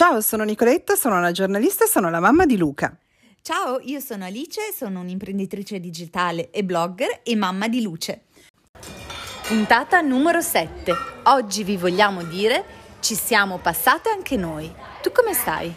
Ciao, sono Nicoletta, sono una giornalista e sono la mamma di Luca. Ciao, io sono Alice, sono un'imprenditrice digitale e blogger e mamma di Luce. Puntata numero 7. Oggi vi vogliamo dire, ci siamo passate anche noi. Tu come stai?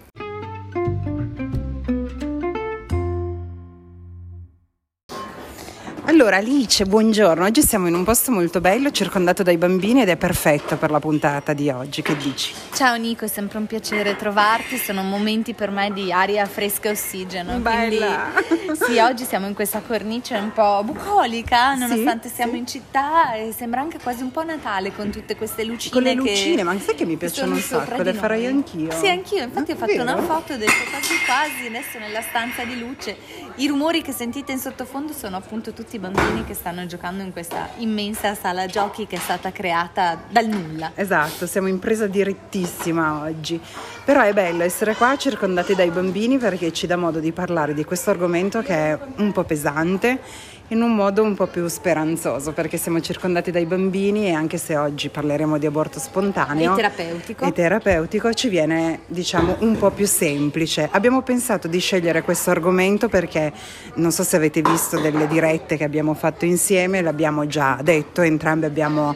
Allora Alice, buongiorno, oggi siamo in un posto molto bello, circondato dai bambini ed è perfetto per la puntata di oggi, che dici? Ciao Nico, è sempre un piacere trovarti, sono momenti per me di aria fresca e ossigeno. Bella! Quindi, sì, oggi siamo in questa cornice un po' bucolica, nonostante siamo in città, e sembra anche quasi un po' Natale con tutte queste lucine. Con le lucine, ma sai che mi piacciono un sacco, le farei anch'io. Sì, anch'io, infatti ho fatto una foto, ho detto quasi adesso nella stanza di luce. I rumori che sentite in sottofondo sono appunto tutti i bambini che stanno giocando in questa immensa sala giochi che è stata creata dal nulla. Esatto, siamo in presa direttissima oggi, però è bello essere qua circondati dai bambini perché ci dà modo di parlare di questo argomento che è un po' pesante in un modo un po' più speranzoso, perché siamo circondati dai bambini e anche se oggi parleremo di aborto spontaneo e terapeutico ci viene, diciamo, un po' più semplice. Abbiamo pensato di scegliere questo argomento perché non so se avete visto delle dirette che abbiamo fatto insieme, l'abbiamo già detto, entrambi abbiamo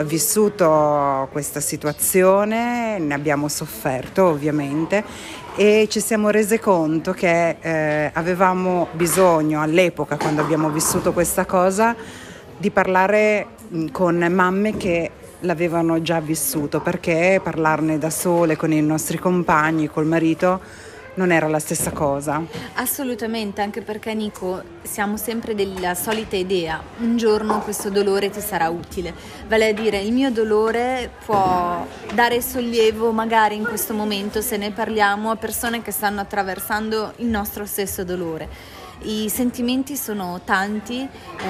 vissuto questa situazione, ne abbiamo sofferto ovviamente e ci siamo rese conto che avevamo bisogno all'epoca, quando abbiamo vissuto questa cosa, di parlare con mamme che l'avevano già vissuto, perché parlarne da sole con i nostri compagni, col marito, non era la stessa cosa. Assolutamente, anche perché Nico, siamo sempre della solita idea, un giorno questo dolore ti sarà utile, vale a dire il mio dolore può dare sollievo magari in questo momento se ne parliamo a persone che stanno attraversando il nostro stesso dolore. I sentimenti sono tanti,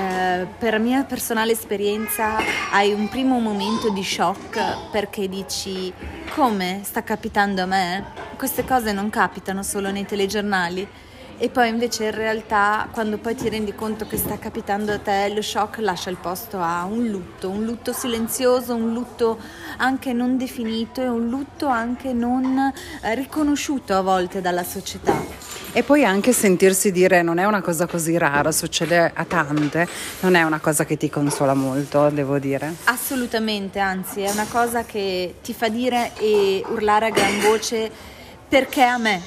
per mia personale esperienza hai un primo momento di shock perché dici come sta capitando a me? Queste cose non capitano solo nei telegiornali e poi invece in realtà quando poi ti rendi conto che sta capitando a te lo shock lascia il posto a un lutto silenzioso, un lutto anche non definito e un lutto anche non riconosciuto a volte dalla società. E poi anche sentirsi dire non è una cosa così rara, succede a tante, non è una cosa che ti consola molto, devo dire. Assolutamente, anzi è una cosa che ti fa dire e urlare a gran voce perché a me.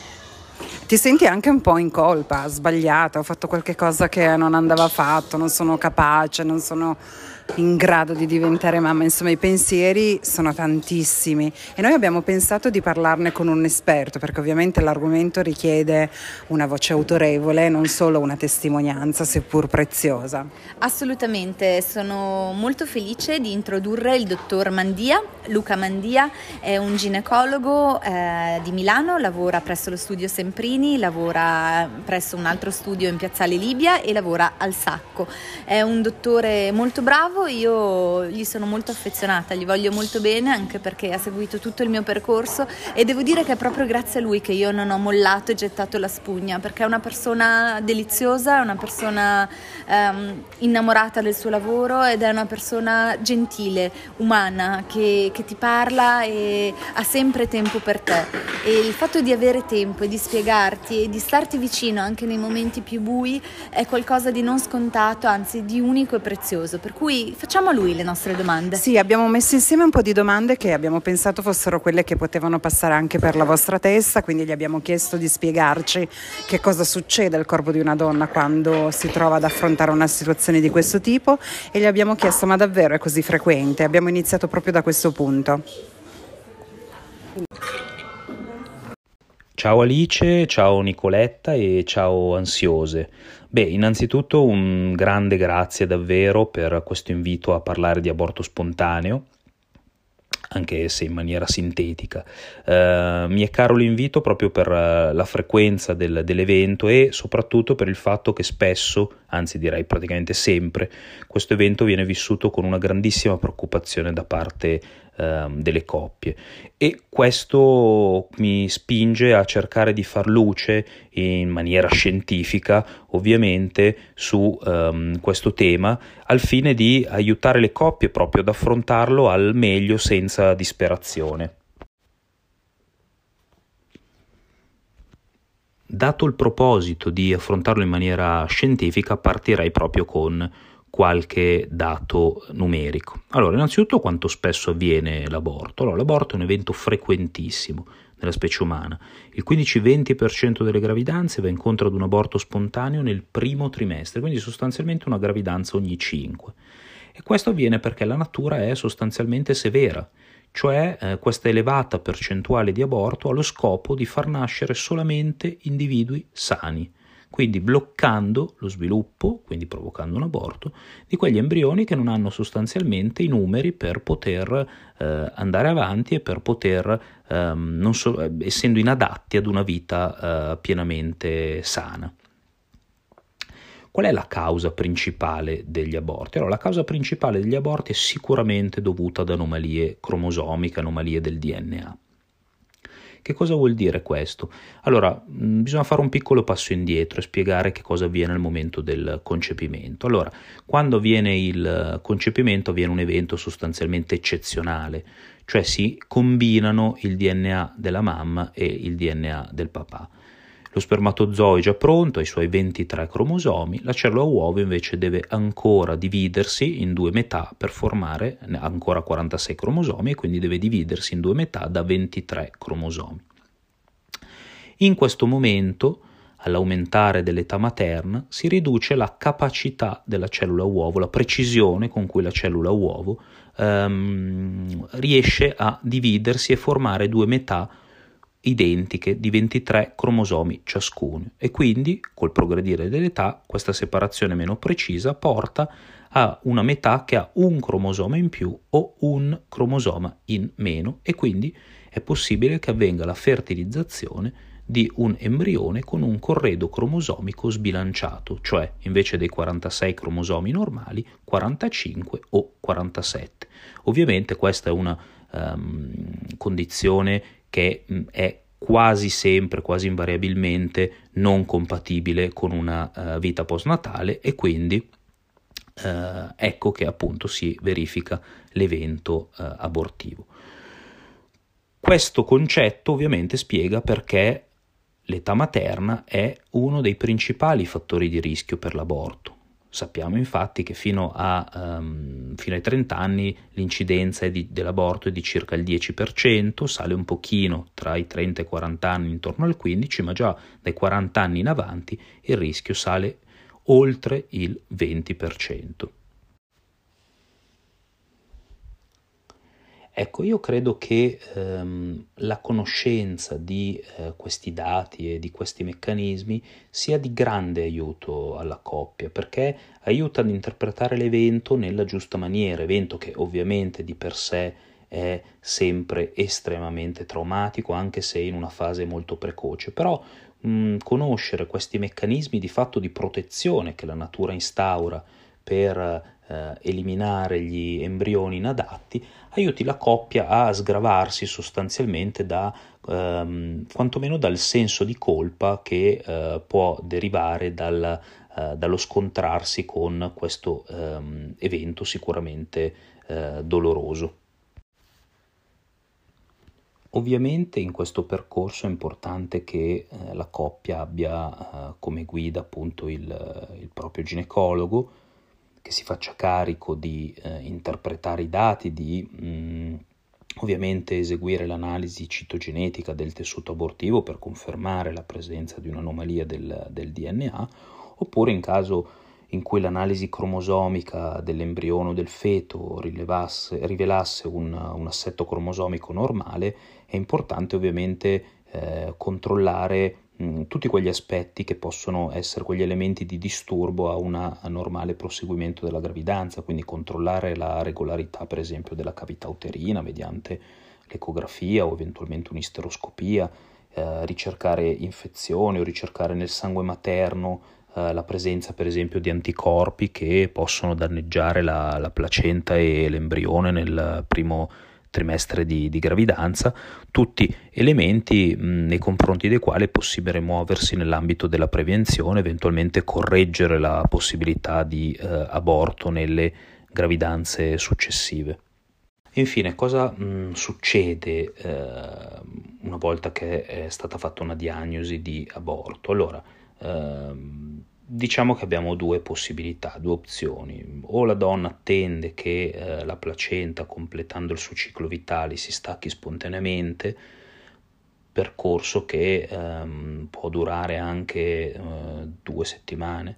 Ti senti anche un po' in colpa, sbagliata, ho fatto qualche cosa che non andava fatto, non sono capace, non sono in grado di diventare mamma, insomma i pensieri sono tantissimi e noi abbiamo pensato di parlarne con un esperto perché ovviamente l'argomento richiede una voce autorevole, non solo una testimonianza seppur preziosa. Assolutamente, sono molto felice di introdurre il dottor Mandia. Luca Mandia è un ginecologo di Milano, lavora presso lo studio Semprini, lavora presso un altro studio in Piazzale Libia e lavora al Sacco. È un dottore molto bravo, io gli sono molto affezionata, gli voglio molto bene anche perché ha seguito tutto il mio percorso e devo dire che è proprio grazie a lui che io non ho mollato e gettato la spugna, perché è una persona deliziosa, è una persona innamorata del suo lavoro ed è una persona gentile, umana, che ti parla e ha sempre tempo per te e il fatto di avere tempo e di spiegarti e di starti vicino anche nei momenti più bui è qualcosa di non scontato, anzi di unico e prezioso, per cui facciamo a lui le nostre domande. Sì, abbiamo messo insieme un po' di domande che abbiamo pensato fossero quelle che potevano passare anche per la vostra testa, quindi gli abbiamo chiesto di spiegarci che cosa succede al corpo di una donna quando si trova ad affrontare una situazione di questo tipo e gli abbiamo chiesto ma davvero è così frequente? Abbiamo iniziato proprio da questo punto. Ciao Alice, ciao Nicoletta e ciao ansiose. Beh, innanzitutto un grande grazie davvero per questo invito a parlare di aborto spontaneo, anche se in maniera sintetica. Mi è caro l'invito proprio per la frequenza dell'evento e soprattutto per il fatto che spesso, anzi direi praticamente sempre, questo evento viene vissuto con una grandissima preoccupazione da parte delle coppie e questo mi spinge a cercare di far luce in maniera scientifica ovviamente su questo tema al fine di aiutare le coppie proprio ad affrontarlo al meglio senza disperazione. dato il proposito di affrontarlo in maniera scientifica, partirei proprio con qualche dato numerico. Allora, innanzitutto quanto spesso avviene l'aborto? Allora, l'aborto è un evento frequentissimo nella specie umana. Il 15-20% delle gravidanze va incontro ad un aborto spontaneo nel primo trimestre, quindi sostanzialmente una gravidanza ogni 5. E questo avviene perché la natura è sostanzialmente severa, cioè questa elevata percentuale di aborto ha lo scopo di far nascere solamente individui sani, quindi bloccando lo sviluppo, quindi provocando un aborto, di quegli embrioni che non hanno sostanzialmente i numeri per poter andare avanti e per poter, essendo inadatti ad una vita pienamente sana. Qual è la causa principale degli aborti? Allora, la causa principale degli aborti è sicuramente dovuta ad anomalie cromosomiche, anomalie del DNA. Che cosa vuol dire questo? Allora, bisogna fare un piccolo passo indietro e spiegare che cosa avviene al momento del concepimento. Allora, quando avviene il concepimento avviene un evento sostanzialmente eccezionale, cioè si combinano il DNA della mamma e il DNA del papà. Lo spermatozoo è già pronto, ha i suoi 23 cromosomi, la cellula uovo invece deve ancora dividersi in due metà per formare ancora 46 cromosomi e quindi deve dividersi in due metà da 23 cromosomi. In questo momento, all'aumentare dell'età materna, si riduce la capacità della cellula uovo, la precisione con cui la cellula uovo riesce a dividersi e formare due metà identiche di 23 cromosomi ciascuno, e quindi col progredire dell'età questa separazione meno precisa porta a una metà che ha un cromosoma in più o un cromosoma in meno, e quindi è possibile che avvenga la fertilizzazione di un embrione con un corredo cromosomico sbilanciato, cioè invece dei 46 cromosomi normali 45 o 47. Ovviamente questa è una condizione che è quasi sempre, quasi invariabilmente non compatibile con una vita postnatale, e quindi ecco che appunto si verifica l'evento abortivo. Questo concetto ovviamente spiega perché l'età materna è uno dei principali fattori di rischio per l'aborto. Sappiamo infatti che fino ai 30 anni l'incidenza dell'aborto è di circa il 10%, sale un pochino tra i 30 e i 40 anni intorno al 15%, ma già dai 40 anni in avanti il rischio sale oltre il 20%. Ecco, io credo che la conoscenza di questi dati e di questi meccanismi sia di grande aiuto alla coppia, perché aiuta ad interpretare l'evento nella giusta maniera, evento che ovviamente di per sé è sempre estremamente traumatico, anche se in una fase molto precoce, però conoscere questi meccanismi di fatto di protezione che la natura instaura per eliminare gli embrioni inadatti aiuti la coppia a sgravarsi sostanzialmente quantomeno dal senso di colpa che può derivare dallo scontrarsi con questo evento sicuramente doloroso. Ovviamente in questo percorso è importante che la coppia abbia come guida appunto il proprio ginecologo, che si faccia carico di interpretare i dati, di ovviamente eseguire l'analisi citogenetica del tessuto abortivo per confermare la presenza di un'anomalia del DNA, oppure in caso in cui l'analisi cromosomica dell'embrione o del feto rivelasse un assetto cromosomico normale, è importante ovviamente controllare tutti quegli aspetti che possono essere quegli elementi di disturbo a un normale proseguimento della gravidanza, quindi controllare la regolarità per esempio della cavità uterina mediante l'ecografia o eventualmente un'isteroscopia, ricercare infezioni o ricercare nel sangue materno la presenza per esempio di anticorpi che possono danneggiare la placenta e l'embrione nel primo trimestre di gravidanza, tutti elementi nei confronti dei quali è possibile muoversi nell'ambito della prevenzione, eventualmente correggere la possibilità di aborto nelle gravidanze successive. Infine, cosa succede una volta che è stata fatta una diagnosi di aborto? Allora, diciamo che abbiamo due possibilità, due opzioni. O la donna attende che la placenta, completando il suo ciclo vitale, si stacchi spontaneamente, percorso che può durare anche 2 settimane,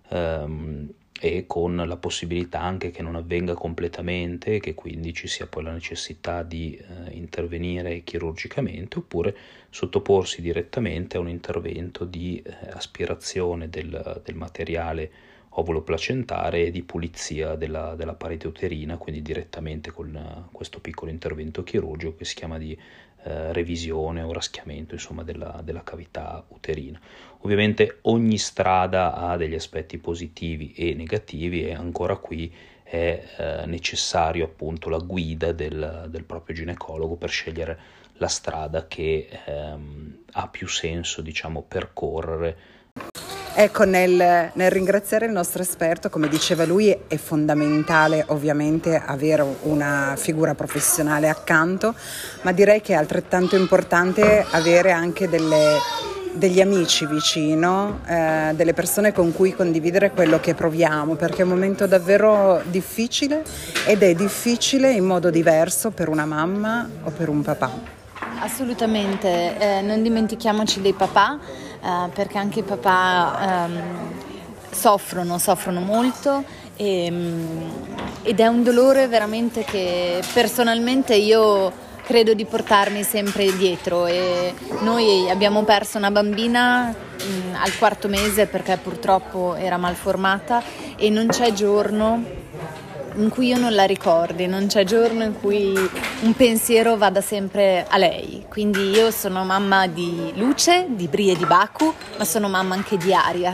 e con la possibilità anche che non avvenga completamente e che quindi ci sia poi la necessità di intervenire chirurgicamente, oppure sottoporsi direttamente a un intervento di aspirazione del materiale ovulo-placentare e di pulizia della parete uterina, quindi direttamente con questo piccolo intervento chirurgico che si chiama di revisione o raschiamento, insomma, della cavità uterina. Ovviamente ogni strada ha degli aspetti positivi e negativi, e ancora qui è necessario appunto la guida del proprio ginecologo per scegliere la strada che ha più senso, diciamo, percorrere. Ecco, nel ringraziare il nostro esperto, come diceva lui, è fondamentale ovviamente avere una figura professionale accanto, ma direi che è altrettanto importante avere anche degli amici vicino, delle persone con cui condividere quello che proviamo, perché è un momento davvero difficile, ed è difficile in modo diverso per una mamma o per un papà. Assolutamente, non dimentichiamoci dei papà, perché anche i papà soffrono molto, ed è un dolore veramente che personalmente io credo di portarmi sempre dietro. E noi abbiamo perso una bambina al 4º mese perché purtroppo era malformata, e non c'è giorno in cui io non la ricordi, non c'è giorno in cui un pensiero vada sempre a lei. Quindi io sono mamma di Luce, di Brie e di Baku, ma sono mamma anche di Aria.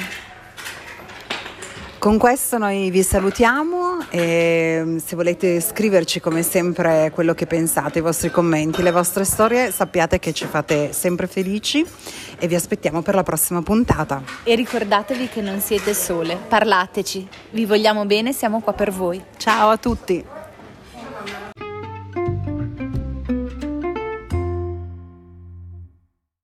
Con questo noi vi salutiamo, e se volete scriverci come sempre quello che pensate, i vostri commenti, le vostre storie, sappiate che ci fate sempre felici, e vi aspettiamo per la prossima puntata. E ricordatevi che non siete sole, parlateci, vi vogliamo bene, siamo qua per voi. Ciao a tutti!